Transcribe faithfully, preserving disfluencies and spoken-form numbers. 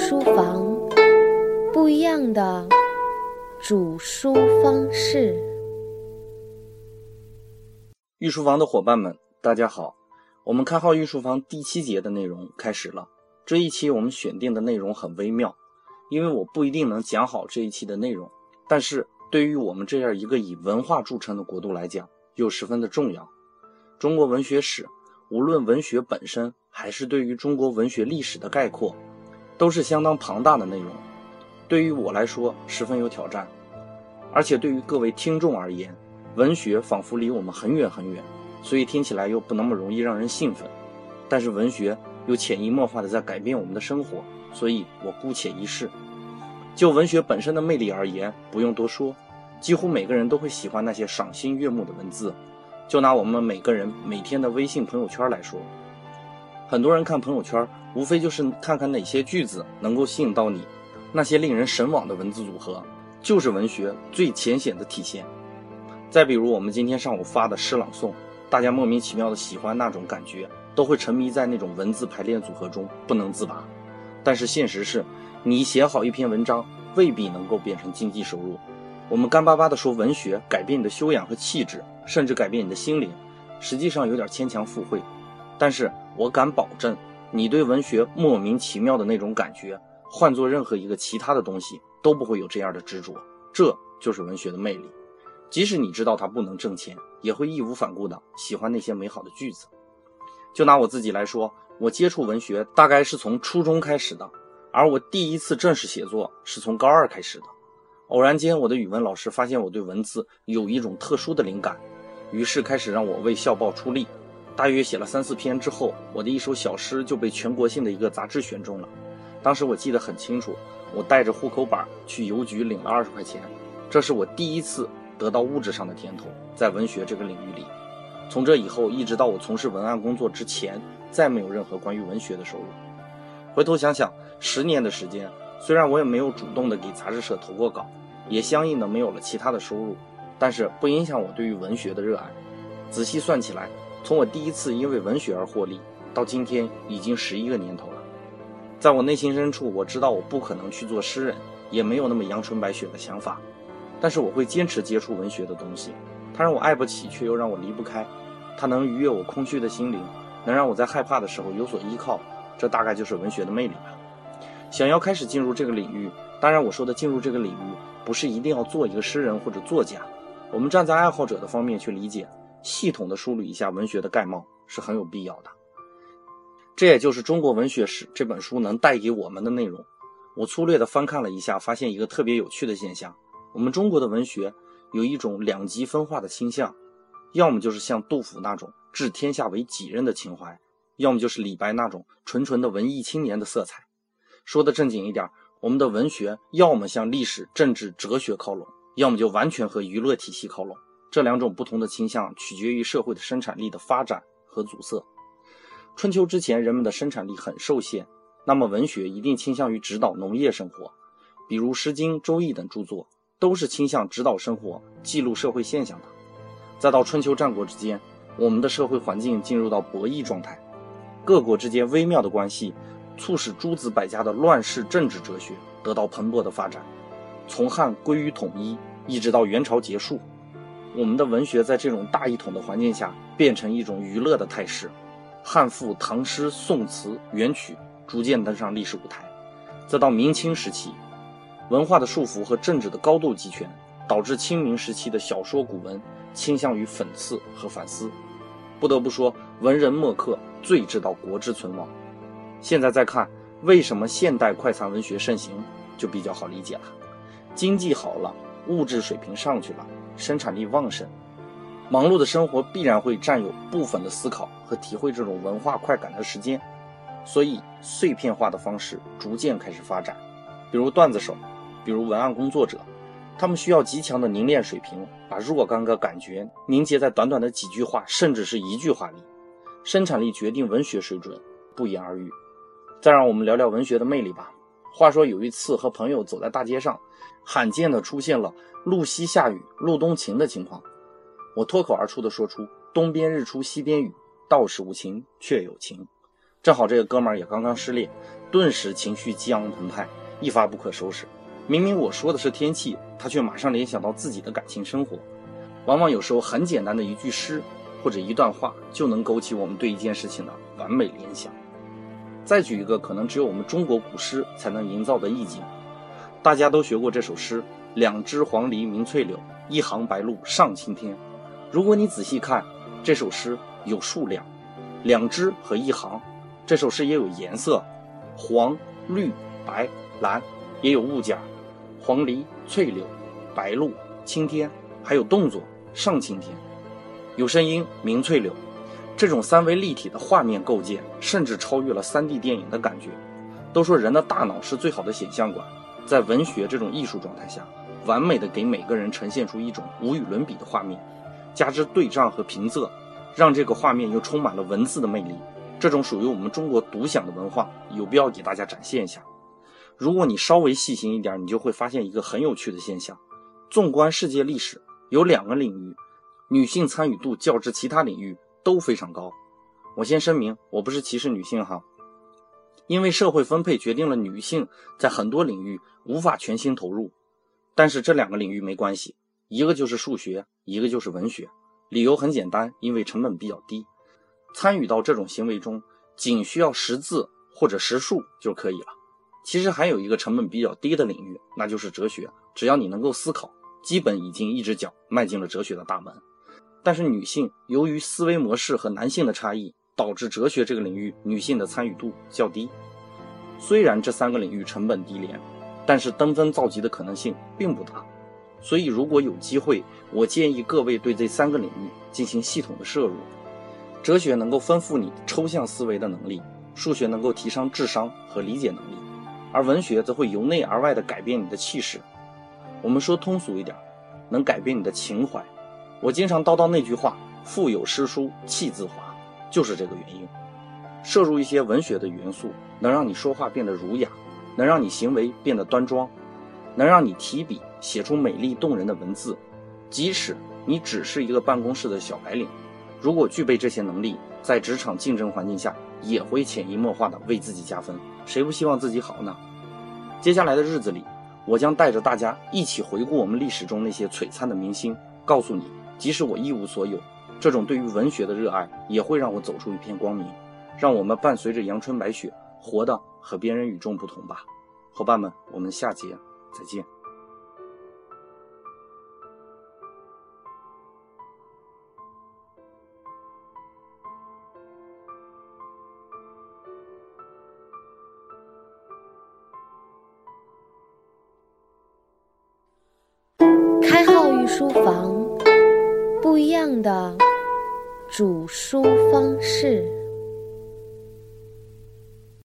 书房，不一样的煮书方式。 御书房的伙伴们，大家好，我们开号御书房第七节的内容开始了。这一期我们选定的内容很微妙，因为我不一定能讲好这一期的内容，但是对于我们这样一个以文化著称的国度来讲，又十分的重要。中国文学史，无论文学本身还是对于中国文学历史的概括，都是相当庞大的内容，对于我来说十分有挑战。而且对于各位听众而言，文学仿佛离我们很远很远，所以听起来又不那么容易让人兴奋，但是文学又潜移默化地在改变我们的生活，所以我姑且一试。就文学本身的魅力而言，不用多说，几乎每个人都会喜欢那些赏心悦目的文字。就拿我们每个人每天的微信朋友圈来说，很多人看朋友圈无非就是看看哪些句子能够吸引到你，那些令人神往的文字组合就是文学最浅显的体现。再比如我们今天上午发的诗朗诵，大家莫名其妙的喜欢那种感觉，都会沉迷在那种文字排列组合中不能自拔。但是现实是，你写好一篇文章未必能够变成经济收入。我们干巴巴的说文学改变你的修养和气质，甚至改变你的心灵，实际上有点牵强附会。但是我敢保证，你对文学莫名其妙的那种感觉，换做任何一个其他的东西都不会有这样的执着。这就是文学的魅力。即使你知道它不能挣钱，也会义无反顾的喜欢那些美好的句子。就拿我自己来说，我接触文学大概是从初中开始的，而我第一次正式写作是从高二开始的。偶然间，我的语文老师发现我对文字有一种特殊的灵感，于是开始让我为校报出力。大约写了三四篇之后，我的一首小诗就被全国性的一个杂志选中了。当时我记得很清楚，我带着户口本去邮局领了二十块钱，这是我第一次得到物质上的甜头，在文学这个领域里。从这以后，一直到我从事文案工作之前，再没有任何关于文学的收入。回头想想，十年的时间，虽然我也没有主动的给杂志社投过稿，也相应的没有了其他的收入，但是不影响我对于文学的热爱。仔细算起来，从我第一次因为文学而获利，到今天已经十一个年头了。在我内心深处，我知道我不可能去做诗人，也没有那么阳春白雪的想法，但是我会坚持接触文学的东西。它让我爱不起，却又让我离不开，它能愉悦我空虚的心灵，能让我在害怕的时候有所依靠，这大概就是文学的魅力吧。想要开始进入这个领域，当然我说的进入这个领域不是一定要做一个诗人或者作家，我们站在爱好者的方面去理解，系统的梳理一下文学的概貌是很有必要的。这也就是中国文学史这本书能带给我们的内容。我粗略的翻看了一下，发现一个特别有趣的现象，我们中国的文学有一种两极分化的倾向，要么就是像杜甫那种置天下为己任的情怀，要么就是李白那种纯纯的文艺青年的色彩。说的正经一点，我们的文学要么向历史、政治、哲学靠拢，要么就完全和娱乐体系靠拢。这两种不同的倾向取决于社会的生产力的发展和阻塞。春秋之前，人们的生产力很受限，那么文学一定倾向于指导农业生活，比如《诗经》《周易》等著作都是倾向指导生活、记录社会现象的。再到春秋战国之间，我们的社会环境进入到博弈状态，各国之间微妙的关系促使诸子百家的乱世政治哲学得到蓬勃的发展，从汉归于统一，一直到元朝结束，我们的文学在这种大一统的环境下变成一种娱乐的态势。汉赋、唐诗、宋词、元曲逐渐登上历史舞台。再到明清时期，文化的束缚和政治的高度集权，导致清明时期的小说古文倾向于讽刺和反思。不得不说，文人墨客最知道国之存亡。现在再看为什么现代快餐文学盛行，就比较好理解了。经济好了，物质水平上去了，生产力旺盛，忙碌的生活必然会占有部分的思考和体会这种文化快感的时间，所以碎片化的方式逐渐开始发展。比如段子手，比如文案工作者，他们需要极强的凝练水平，把若干个感觉凝结在短短的几句话甚至是一句话里。生产力决定文学水准，不言而喻。再让我们聊聊文学的魅力吧。话说有一次和朋友走在大街上，罕见的出现了路西下雨路东晴的情况，我脱口而出的说出东边日出西边雨，道是无晴却有晴。 正好这个哥们儿也刚刚失恋，顿时情绪激昂澎湃，一发不可收拾。明明我说的是天气，他却马上联想到自己的感情生活。往往有时候很简单的一句诗或者一段话，就能勾起我们对一件事情的完美联想。再举一个可能只有我们中国古诗才能营造的意境，大家都学过这首诗，两枝黄鹂鸣翠柳，一行白鹭上青天。如果你仔细看，这首诗有数量，两枝和一行。这首诗也有颜色，黄、绿、白、蓝，也有物件，黄鹂、翠柳、白鹭、青天，还有动作，上青天，有声音，鸣翠柳。这种三维立体的画面构建，甚至超越了 三 D 电影的感觉。都说人的大脑是最好的显像馆，在文学这种艺术状态下，完美的给每个人呈现出一种无与伦比的画面，加之对仗和平仄，让这个画面又充满了文字的魅力。这种属于我们中国独享的文化，有必要给大家展现一下。如果你稍微细心一点，你就会发现一个很有趣的现象。纵观世界历史，有两个领域，女性参与度较之其他领域都非常高。我先声明，我不是歧视女性哈，因为社会分配决定了女性在很多领域无法全心投入。但是这两个领域没关系，一个就是数学，一个就是文学。理由很简单，因为成本比较低。参与到这种行为中，仅需要识字或者识数就可以了。其实还有一个成本比较低的领域，那就是哲学。只要你能够思考，基本已经一只脚迈进了哲学的大门。但是女性由于思维模式和男性的差异，导致哲学这个领域女性的参与度较低。虽然这三个领域成本低廉，但是登峰造极的可能性并不大。所以如果有机会，我建议各位对这三个领域进行系统的摄入。哲学能够丰富你抽象思维的能力，数学能够提升智商和理解能力，而文学则会由内而外地改变你的气势。我们说通俗一点，能改变你的情怀。我经常叨叨那句话，腹有诗书气自华，就是这个原因。摄入一些文学的元素，能让你说话变得儒雅，能让你行为变得端庄，能让你提笔写出美丽动人的文字。即使你只是一个办公室的小白领，如果具备这些能力，在职场竞争环境下也会潜移默化地为自己加分。谁不希望自己好呢？接下来的日子里，我将带着大家一起回顾我们历史中那些璀璨的明星，告诉你，即使我一无所有，这种对于文学的热爱也会让我走出一片光明。让我们伴随着阳春白雪，活得和别人与众不同吧。伙伴们，我们下节再见。 开号御书房，不一样的煮书方式。